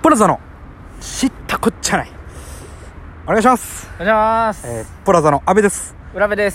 プラザの知ったこっちゃない。お願いします。 お願いします。 プラザの阿部です。 浦部です。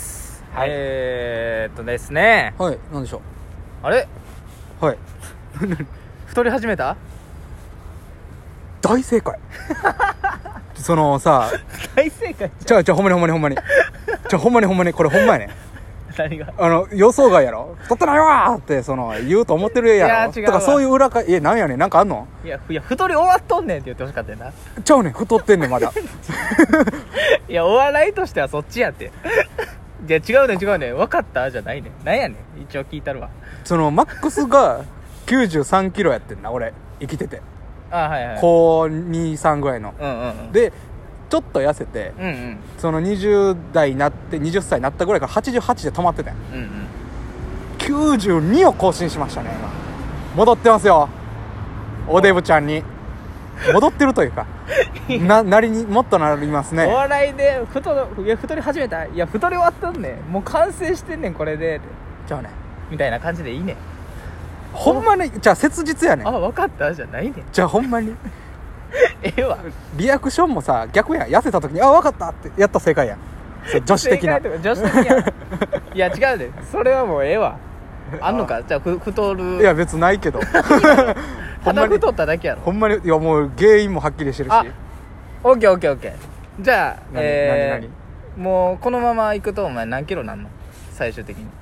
はい。 ですね。 はい。なんでしょあれう。はい。 太り始めた？ 大正解。そのさ、 大正解ほんまにこれほんまやね。 何が？ 予想外やろ。太ってないわーって言うと思ってるやろ。 いや違うわとかそういう裏かなんやねん、なんかあんの？ いや太り終わっとんねんって言ってほしかったよな。 ちゃうねん、太ってんねんまだ。 いやお笑いとしてはそっちやって。いや違うねん分かったじゃないねん。なんやねん一応聞いたるわ。 マックスが93キロやってんな俺生きてて。 はいはい。 高2、3ぐらいの。 うん。 でちょっと痩せて、20代になって20歳になったぐらいから88で止まってたん。92を更新しましたね。今戻ってますよ、おデブちゃんに戻ってるというかなりにもっとなりますね。 お笑いで太り始めた。いや太り終わったんねん。もう完成してんねんこれで。 じゃあねみたいな感じでいいねん。 ほんまにじゃあ切実やねん。 あ分かったじゃないねん。 じゃあほんまにええわ。 リアクションもさ逆やん。痩せた時に分かったってやった正解やん。女子的な女子的やいや違うで、それはもうええわ。あんのかじゃあ太る。 いや別ないけどただ太っただけやろ。 ほんまにいやもう原因もはっきりしてるし。 オッケー。じゃあ何もうこのまま行くとお前何キロなんの最終的に。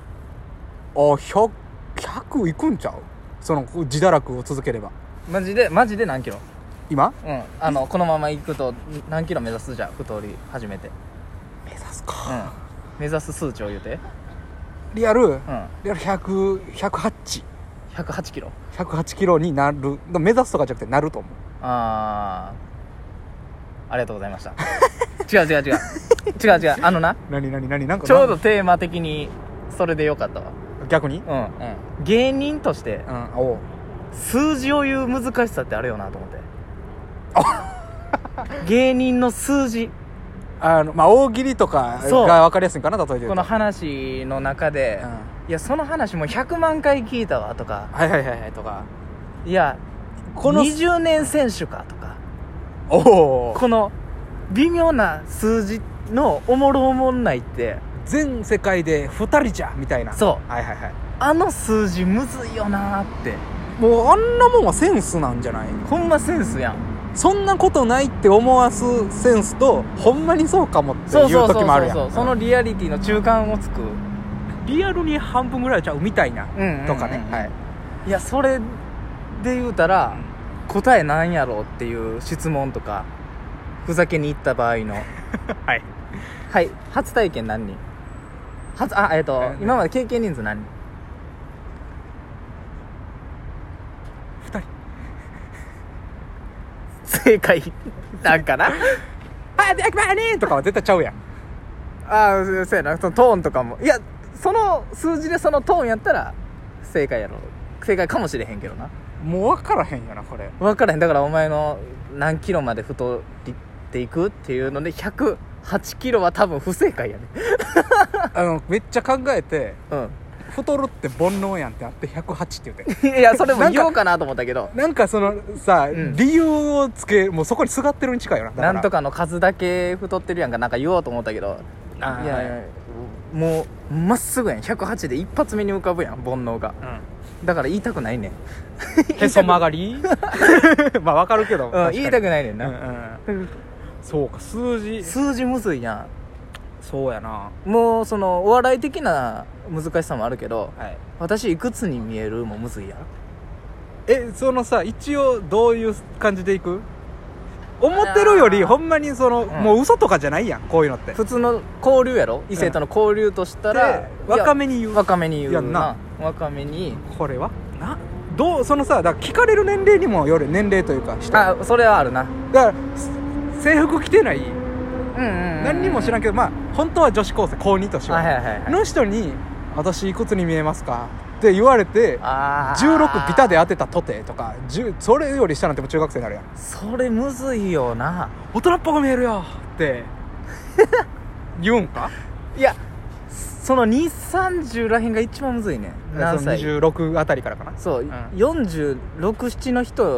100いくんちゃう。自堕落を続ければ。 マジで何キロ？ 今？ このまま行くと何キロ目指す？じゃあ太り始めて。 目指すか。 目指す数値を言うて。 リアル108 キロ。 108キロになる。目指すとかじゃなくてなると思う。 ありがとうございました。違う違う何なんかちょうどテーマ的にそれでよかったわ。 逆に？ 芸人として数字を言う難しさってあるよなと思って。芸人の数字、 大喜利とかが分かりやすいんかな。例えてこの話の中で、いやその話もう100万回聞いたわとか、 はいとか、 いやこの20年選手かとか、 この微妙な数字のおもろおもんないって全世界で2人じゃみたいな。 そうあの数字むずいよなーって。 もうあんなもんはセンスなんじゃない？ ほんまセンスやん。 そんなことないって思わすセンスとほんまにそうかもっていう時もあるやん。 そのリアリティの中間をつく。 リアルに半分ぐらいちゃうみたいなとかね。 いやそれで言うたら、答えなんやろうっていう質問とかふざけに行った場合のはい初体験何人？今まで経験人数何人 ？2人。 正解なんかな。 はいで100万人とかは絶対ちゃうやん。 そうやな。そのトーンとかも、いやその数字でそのトーンやったら正解やろ。正解かもしれへんけどな。 もう分からへんよなこれ。 分からへん。だからお前の何キロまで太っていくっていうので108キロは多分不正解やね。 めっちゃ考えて、太るって煩悩やんってあって108って言うて。 いやそれも言おうかなと思ったけど、 なんか理由をつけ、もうそこにすがってるに近いよな。 なんとかの数だけ太ってるやんかなんか言おうと思ったけど、いやもうまっすぐやん。108で一発目に浮かぶやん煩悩が。だから言いたくないねん。 へそ曲がりまあわかるけど、 言いたくないねんな。 そうか、数字むずいやん。 そうやな。 もうお笑い的な難しさもあるけど、私いくつに見えるもむずいやん。 一応どういう感じでいく？思ってるよりほんまにもう嘘とかじゃないやんこういうのって。 普通の交流やろ。異性との交流としたら、 若めに言うやんな。若めに。 これはだから聞かれる年齢にもよる。年齢というかそれはあるな。 だから制服着てない、何にも知らんけど、本当は女子高生高2としよう、の人に私いくつに見えますかって言われて16ビタで当てたとてとか、それより下なんても中学生になるやん。 それむずいよな。 大人っぽく見えるよって言うんか。 いやその2、30らへんが一番むずいね。何歳？ 26あたりからかな。 そう、46、7の人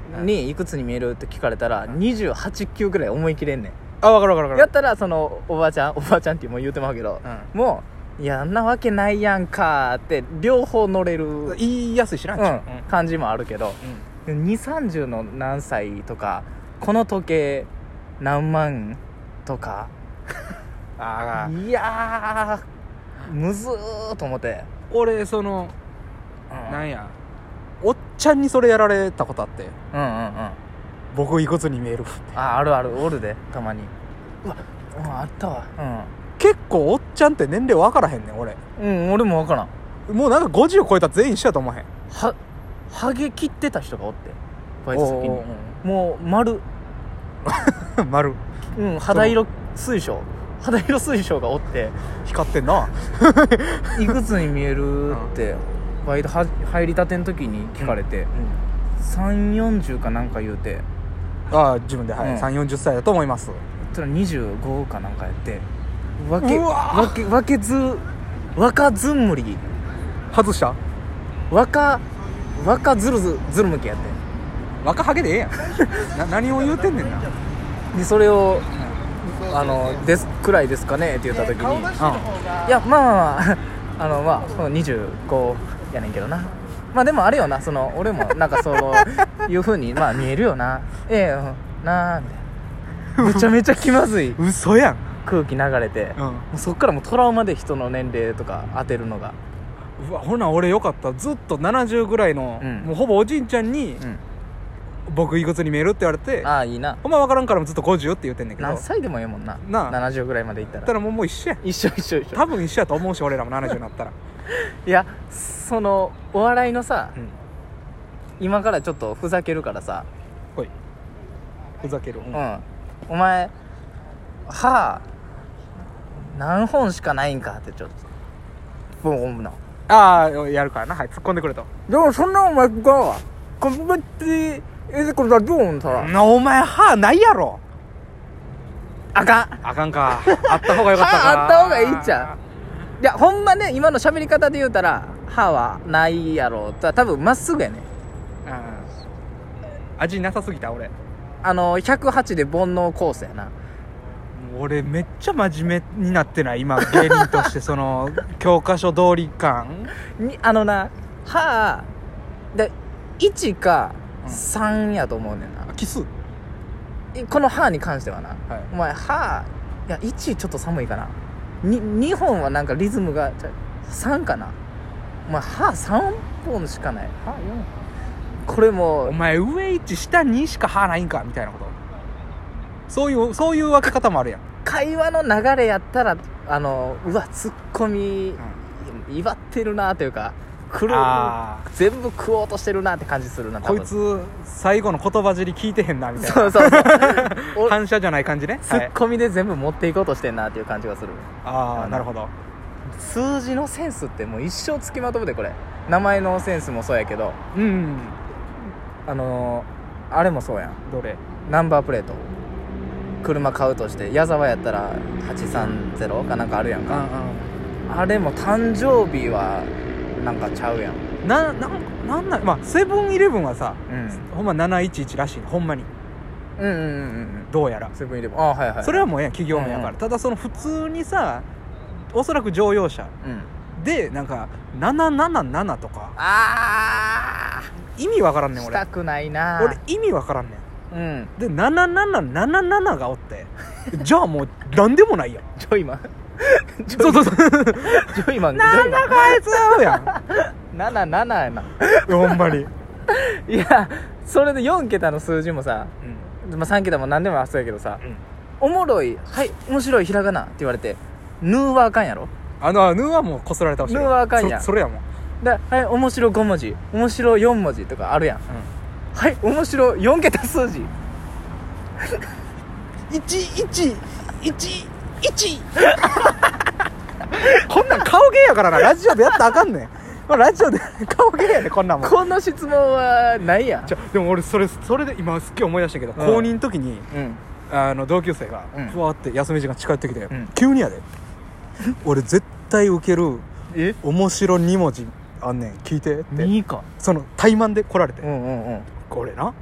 にいくつに見えるって聞かれたら28、9ぐらい思い切れんねん。 あ、分かる分かる分かる。 やったらそのおばあちゃんってもう言うてまうけど、もういやあんなわけないやんかって両方乗れる言いやすいしな、 感じもあるけど、2、30の何歳とかこの時計何万とかいやーむずーと思って、 俺なんやおっちゃんにそれやられたことあって、僕いくつに見えるって。 あるおるでたまに。うわあったわ。 結構おっちゃんって年齢分からへんねん俺。 俺も分からん。 もうなんか50超えたら全員一緒やと思わへん。 ハゲ切ってた人がおって、バイト先にもう丸肌色水晶がおって、 光ってんな。 いくつに見えるってバイト入りたての時に聞かれて、3、40かなんか言うて、 自分で3、40歳だと思います。 それ25かなんかやって、若ずんむり外した若ずるむきやって、 若ハゲでええやん。何を言うてんねんな。 でそれをくらいですかねって言った時に、いやまあ25やねんけどな。まあでもあれよな、俺もなんかそういう風にまあ見えるよな。なあみたいな。めちゃめちゃ気まずい嘘やん。 空気流れて、もうそっからもうトラウマで人の年齢とか当てるのが。 うわ、ほな俺よかった。ずっと70ぐらいの、もうほぼおじいちゃんに、僕いくつに見えるって言われて、 いいな。 ほんま分からんからもずっと50って言ってんねんけど。 何歳でもええもんな。70ぐらいまでいったら。 たらもう一緒や。 一緒多分一緒やと思うし、俺らも70になったら。 いやお笑いのさ、今からちょっとふざけるからさ。 ほい。ふざける。 お前何本しかないんかってちょっとボンな。 やるからな。はい、突っ込んでくれと。 でもそんなお前がこんなってこれだどう思ったら、 お前歯ないやろ。 あかんか。あった方がよかったか。 あった方がいいっちゃう。いやほんまね、今の喋り方で言うたら歯はないやろ。多分まっすぐやね。 味なさすぎた俺。 108で煩悩コースやな。 俺めっちゃ真面目になってない今芸人として。教科書通り感に歯で1か3やと思うねんな。 奇数この歯に関してはな、お前歯いや1ちょっと寒いかな。2本はなんかリズムが3かな。お前歯3本しかない。歯4本。これもお前上1下2しか歯ないんかみたいなこと。そういう分け方もあるやん。 会話の流れやったらうわツッコミ、威張ってるなというか、全部食おうとしてるなって感じするな。 こいつ最後の言葉尻聞いてへんなみたいな。 そう反射じゃない感じね。 ツッコミで全部持っていこうとしてんなっていう感じがする。 なるほど。 数字のセンスってもう一生つきまとめて、これ名前のセンスもそうやけど、あれもそうやん。 どれ？ ナンバープレート。車買うとして矢沢やったら830かなんかあるやんか。あれも誕生日はなんかちゃうやん。 まあセブンイレブンはさ、ほんま711らしいの、ほんまに。どうやらセブンイレブン、 それはもう企業名やから。ただ普通にさ、おそらく乗用車でなんか777とか意味わからんねん俺。 したくないな。 俺意味わからんねん。で7777がおって、じゃあもう何でもないやん。 ジョイマンジョイマン7があいつやん。 77やな。 ほんまに。 いやそれで4桁の数字もさ、3桁も何でもそうやけどさ、おもろい、面白いひらがなって言われてヌーはあかんやろ。 ヌーはもうこすられたほしい。 ヌーはあかんやん。 それやもん。 面白5文字、面白4文字とかあるやん。面白4桁数字 1111こんなん顔芸やからな。ラジオでやったらあかんねん。ラジオで顔芸やでこんなんもん。 この質問はないやん。 でも俺それで今すっげえ思い出したけど、高2の時に、同級生がふわって休み時間近寄ってきて、急にやで俺絶対ウケる面白2文字あんねん聞いてって。 2か怠慢で来られて、これな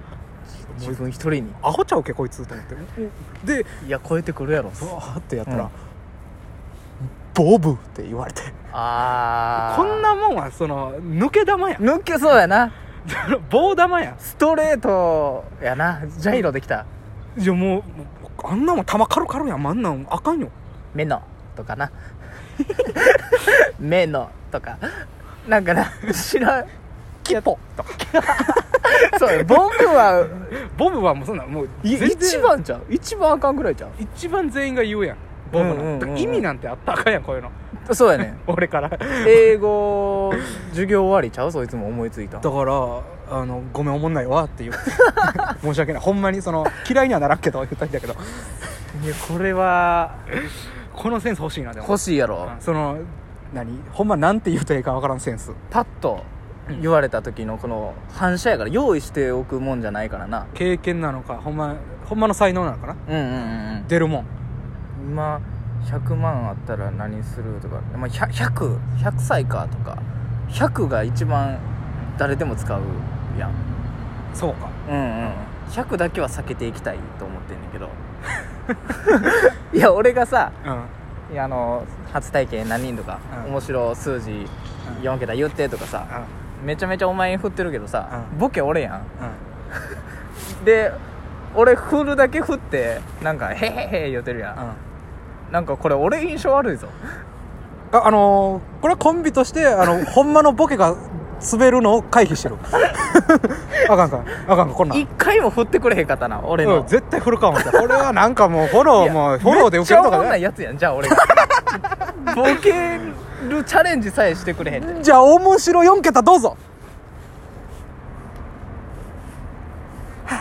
自分一人にアホちゃうけこいつと思ってでいや超えてくるやろバーってやったら、ボブって言われてこんなもんはその抜け玉や抜けそうやな棒玉やストレートやなジャイロできたいやもうあんなもん玉カルカルやんあんなんあかんよ目のとかな目のとかなんかな知らんキポとかそうボブはもうそんなもう一番ちゃう一番あかんぐらいちゃう一番全員が言うやんボブなんて、意味なんてあったらあかんやんこういうのそうやね俺から英語授業終わりちゃうそいつも思いついただからごめんおもんないわって言って申し訳ないほんまにその嫌いにはならんけど言ったんだけどいやこれはこのセンス欲しいなでも欲しいやろそのほんまなんて言うといいか分からんセンスパッと言われた時のこの反射やから用意しておくもんじゃないからな経験なのかほんまの才能なのかな出るもん今100万あったら何するとか、まあ、100歳かとか100が一番誰でも使うやんそうか 100だけは避けていきたいと思ってんねんけどいや俺がさ、いや初体験何人とか、面白数字4桁言ってとかさ、めちゃめちゃお前に振ってるけどさ、ボケ俺やん、で俺振るだけ振ってなんかへへへ言ってるやん、なんかこれ俺印象悪いぞこれはコンビとしてほんまのボケが滑るのを回避してるあかんこんなん一回も振ってくれへんかったな俺の、 絶対振るかもこれはなんかもうフォローで受けるとかめっちゃおもんないやつやんじゃあ俺がボケるチャレンジさえしてくれへんじゃあ面白4桁どうぞ